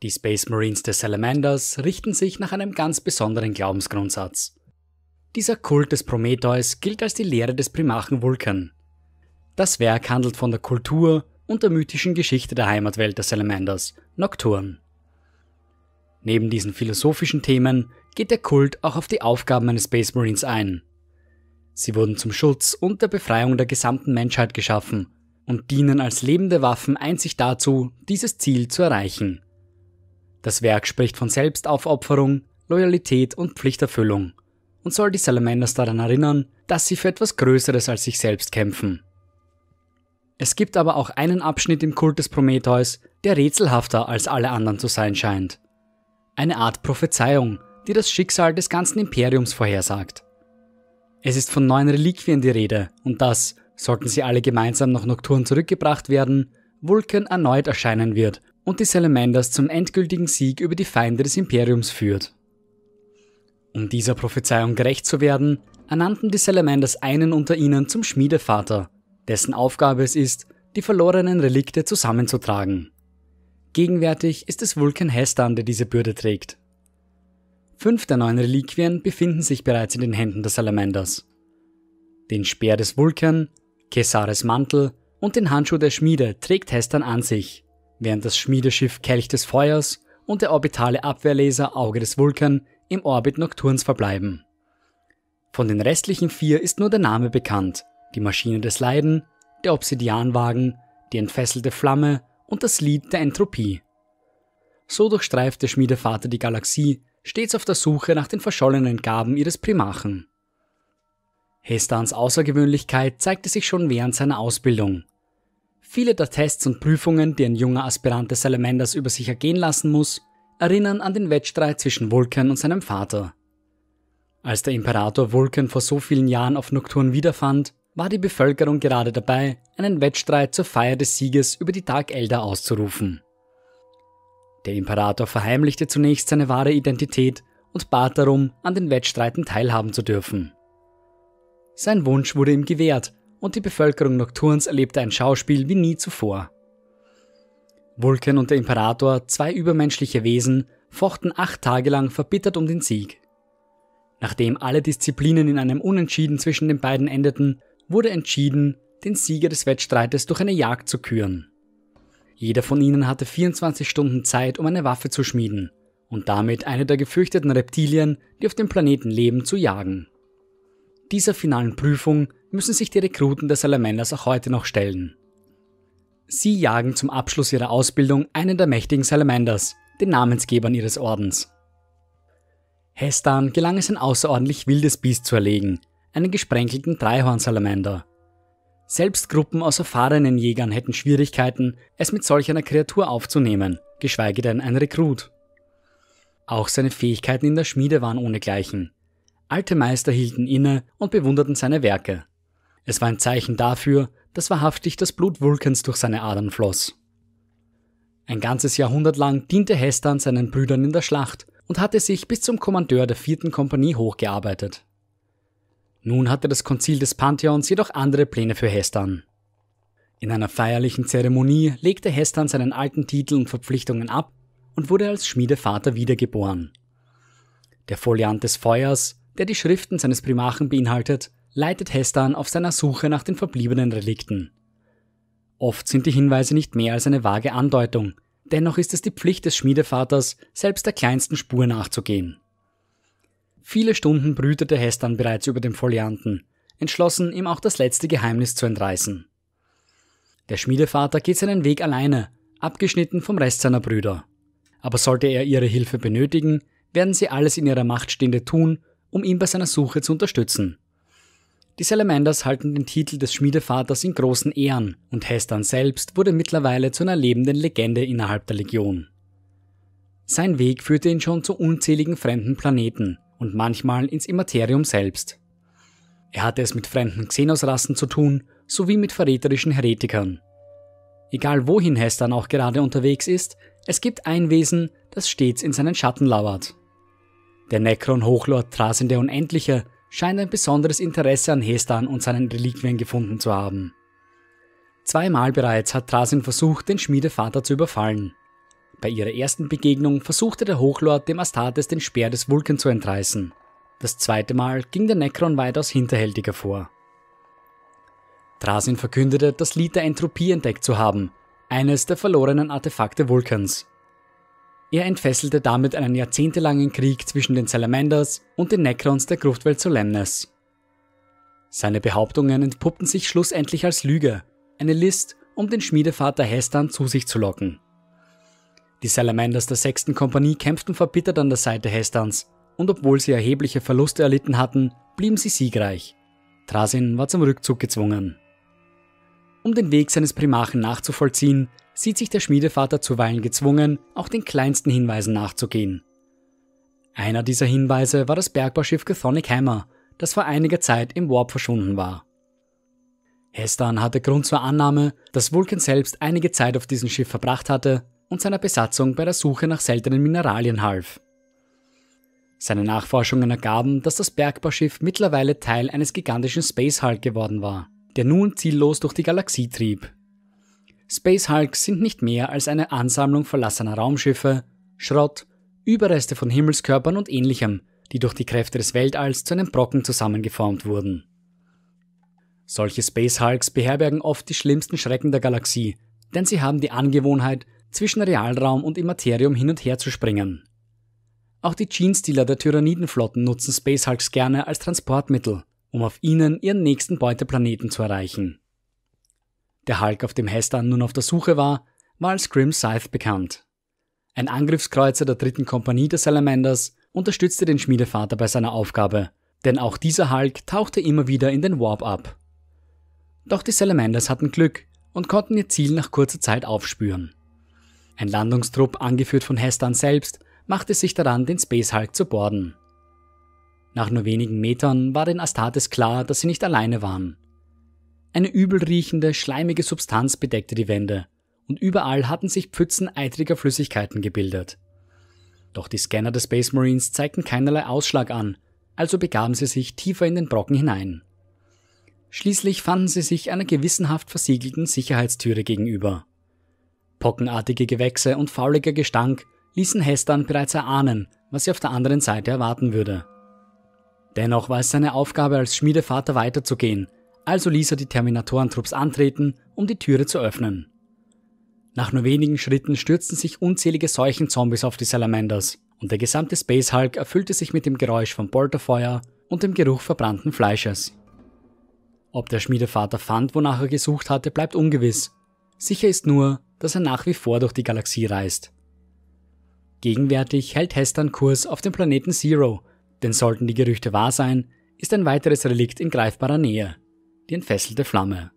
Die Space Marines des Salamanders richten sich nach einem ganz besonderen Glaubensgrundsatz. Dieser Kult des Prometheus gilt als die Lehre des Primarchen Vulcan. Das Werk handelt von der Kultur und der mythischen Geschichte der Heimatwelt der Salamanders, Nocturne. Neben diesen philosophischen Themen geht der Kult auch auf die Aufgaben eines Space Marines ein. Sie wurden zum Schutz und der Befreiung der gesamten Menschheit geschaffen und dienen als lebende Waffen einzig dazu, dieses Ziel zu erreichen. Das Werk spricht von Selbstaufopferung, Loyalität und Pflichterfüllung und soll die Salamanders daran erinnern, dass sie für etwas Größeres als sich selbst kämpfen. Es gibt aber auch einen Abschnitt im Kult des Prometheus, der rätselhafter als alle anderen zu sein scheint. Eine Art Prophezeiung, die das Schicksal des ganzen Imperiums vorhersagt. Es ist von 9 Reliquien die Rede und dass, sollten sie alle gemeinsam nach Nocturne zurückgebracht werden, Vulcan erneut erscheinen wird und die Salamanders zum endgültigen Sieg über die Feinde des Imperiums führt. Um dieser Prophezeiung gerecht zu werden, ernannten die Salamanders einen unter ihnen zum Schmiedevater, dessen Aufgabe es ist, die verlorenen Relikte zusammenzutragen. Gegenwärtig ist es Vulcan Hestan, der diese Bürde trägt. 5 der 9 Reliquien befinden sich bereits in den Händen der Salamanders. Den Speer des Vulcan, Kesares Mantel und den Handschuh der Schmiede trägt Hestan an sich, während das Schmiedeschiff Kelch des Feuers und der orbitale Abwehrlaser Auge des Vulcan im Orbit Nocturns verbleiben. Von den restlichen 4 ist nur der Name bekannt, die Maschine des Leiden, der Obsidianwagen, die entfesselte Flamme und das Lied der Entropie. So durchstreift der Schmiedevater die Galaxie, stets auf der Suche nach den verschollenen Gaben ihres Primarchen. Hestans Außergewöhnlichkeit zeigte sich schon während seiner Ausbildung. Viele der Tests und Prüfungen, die ein junger Aspirant des Salamanders über sich ergehen lassen muss, erinnern an den Wettstreit zwischen Vulcan und seinem Vater. Als der Imperator Vulcan vor so vielen Jahren auf Nocturne wiederfand, war die Bevölkerung gerade dabei, einen Wettstreit zur Feier des Sieges über die Dark Eldar auszurufen. Der Imperator verheimlichte zunächst seine wahre Identität und bat darum, an den Wettstreiten teilhaben zu dürfen. Sein Wunsch wurde ihm gewährt und die Bevölkerung Nocturns erlebte ein Schauspiel wie nie zuvor. Vulcan und der Imperator, 2 übermenschliche Wesen, fochten 8 Tage lang verbittert um den Sieg. Nachdem alle Disziplinen in einem Unentschieden zwischen den beiden endeten, wurde entschieden, den Sieger des Wettstreites durch eine Jagd zu küren. Jeder von ihnen hatte 24 Stunden Zeit, um eine Waffe zu schmieden und damit eine der gefürchteten Reptilien, die auf dem Planeten leben, zu jagen. Dieser finalen Prüfung müssen sich die Rekruten der Salamanders auch heute noch stellen. Sie jagen zum Abschluss ihrer Ausbildung einen der mächtigen Salamanders, den Namensgebern ihres Ordens. Hestan gelang es, ein außerordentlich wildes Biest zu erlegen, einen gesprenkelten Dreihorn-Salamander. Selbst Gruppen aus erfahrenen Jägern hätten Schwierigkeiten, es mit solch einer Kreatur aufzunehmen, geschweige denn ein Rekrut. Auch seine Fähigkeiten in der Schmiede waren ohnegleichen. Alte Meister hielten inne und bewunderten seine Werke. Es war ein Zeichen dafür, dass wahrhaftig das Blut Vulcans durch seine Adern floss. Ein ganzes Jahrhundert lang diente Hestan seinen Brüdern in der Schlacht und hatte sich bis zum Kommandeur der 4. Kompanie hochgearbeitet. Nun hatte das Konzil des Pantheons jedoch andere Pläne für Hestan. In einer feierlichen Zeremonie legte Hestan seinen alten Titel und Verpflichtungen ab und wurde als Schmiedevater wiedergeboren. Der Foliant des Feuers, der die Schriften seines Primarchen beinhaltet, leitet Hestan auf seiner Suche nach den verbliebenen Relikten. Oft sind die Hinweise nicht mehr als eine vage Andeutung, dennoch ist es die Pflicht des Schmiedevaters, selbst der kleinsten Spur nachzugehen. Viele Stunden brütete Hestan bereits über den Folianten, entschlossen, ihm auch das letzte Geheimnis zu entreißen. Der Schmiedevater geht seinen Weg alleine, abgeschnitten vom Rest seiner Brüder. Aber sollte er ihre Hilfe benötigen, werden sie alles in ihrer Macht Stehende tun, um ihn bei seiner Suche zu unterstützen. Die Salamanders halten den Titel des Schmiedevaters in großen Ehren und Hestan selbst wurde mittlerweile zu einer lebenden Legende innerhalb der Legion. Sein Weg führte ihn schon zu unzähligen fremden Planeten und manchmal ins Immaterium selbst. Er hatte es mit fremden Xenos-Rassen zu tun, sowie mit verräterischen Heretikern. Egal wohin Hestan auch gerade unterwegs ist, es gibt ein Wesen, das stets in seinen Schatten lauert. Der Necron-Hochlord Thrasin der Unendliche scheint ein besonderes Interesse an Hestan und seinen Reliquien gefunden zu haben. 2-mal bereits hat Thrasin versucht, den Schmiedevater zu überfallen. Bei ihrer ersten Begegnung versuchte der Hochlord dem Astartes den Speer des Vulcan zu entreißen. Das zweite Mal ging der Necron weitaus hinterhältiger vor. Thrasin verkündete, das Lied der Entropie entdeckt zu haben, eines der verlorenen Artefakte Vulkans. Er entfesselte damit einen jahrzehntelangen Krieg zwischen den Salamanders und den Necrons der Gruftwelt Solemnes. Seine Behauptungen entpuppten sich schlussendlich als Lüge, eine List, um den Schmiedevater Hestan zu sich zu locken. Die Salamanders der 6. Kompanie kämpften verbittert an der Seite Hestans, und obwohl sie erhebliche Verluste erlitten hatten, blieben sie siegreich. Thrasin war zum Rückzug gezwungen. Um den Weg seines Primarchen nachzuvollziehen, sieht sich der Schmiedevater zuweilen gezwungen, auch den kleinsten Hinweisen nachzugehen. Einer dieser Hinweise war das Bergbauschiff Chthonic Hammer, das vor einiger Zeit im Warp verschwunden war. Hestan hatte Grund zur Annahme, dass Vulcan selbst einige Zeit auf diesem Schiff verbracht hatte und seiner Besatzung bei der Suche nach seltenen Mineralien half. Seine Nachforschungen ergaben, dass das Bergbauschiff mittlerweile Teil eines gigantischen Space Hulk geworden war, der nun ziellos durch die Galaxie trieb. Space Hulks sind nicht mehr als eine Ansammlung verlassener Raumschiffe, Schrott, Überreste von Himmelskörpern und Ähnlichem, die durch die Kräfte des Weltalls zu einem Brocken zusammengeformt wurden. Solche Space Hulks beherbergen oft die schlimmsten Schrecken der Galaxie, denn sie haben die Angewohnheit, zwischen Realraum und Immaterium hin und her zu springen. Auch die Genestealer der Tyrannidenflotten nutzen Space Hulks gerne als Transportmittel, um auf ihnen ihren nächsten Beuteplaneten zu erreichen. Der Hulk, auf dem Hestan nun auf der Suche war als Grim Scythe bekannt. Ein Angriffskreuzer der 3. Kompanie der Salamanders unterstützte den Schmiedevater bei seiner Aufgabe, denn auch dieser Hulk tauchte immer wieder in den Warp ab. Doch die Salamanders hatten Glück und konnten ihr Ziel nach kurzer Zeit aufspüren. Ein Landungstrupp, angeführt von Hestan selbst, machte sich daran, den Space Hulk zu boarden. Nach nur wenigen Metern war den Astartes klar, dass sie nicht alleine waren. Eine übelriechende, schleimige Substanz bedeckte die Wände und überall hatten sich Pfützen eitriger Flüssigkeiten gebildet. Doch die Scanner des Space Marines zeigten keinerlei Ausschlag an, also begaben sie sich tiefer in den Brocken hinein. Schließlich fanden sie sich einer gewissenhaft versiegelten Sicherheitstüre gegenüber. Pockenartige Gewächse und fauliger Gestank ließen Hestan bereits erahnen, was sie auf der anderen Seite erwarten würde. Dennoch war es seine Aufgabe als Schmiedevater weiterzugehen, also ließ er die Terminatorentrupps antreten, um die Türe zu öffnen. Nach nur wenigen Schritten stürzten sich unzählige Seuchenzombies auf die Salamanders und der gesamte Space Hulk erfüllte sich mit dem Geräusch von Bolterfeuer und dem Geruch verbrannten Fleisches. Ob der Schmiedevater fand, wonach er gesucht hatte, bleibt ungewiss. Sicher ist nur, dass er nach wie vor durch die Galaxie reist. Gegenwärtig hält Hestan Kurs auf den Planeten Zero, denn sollten die Gerüchte wahr sein, ist ein weiteres Relikt in greifbarer Nähe, die entfesselte Flamme.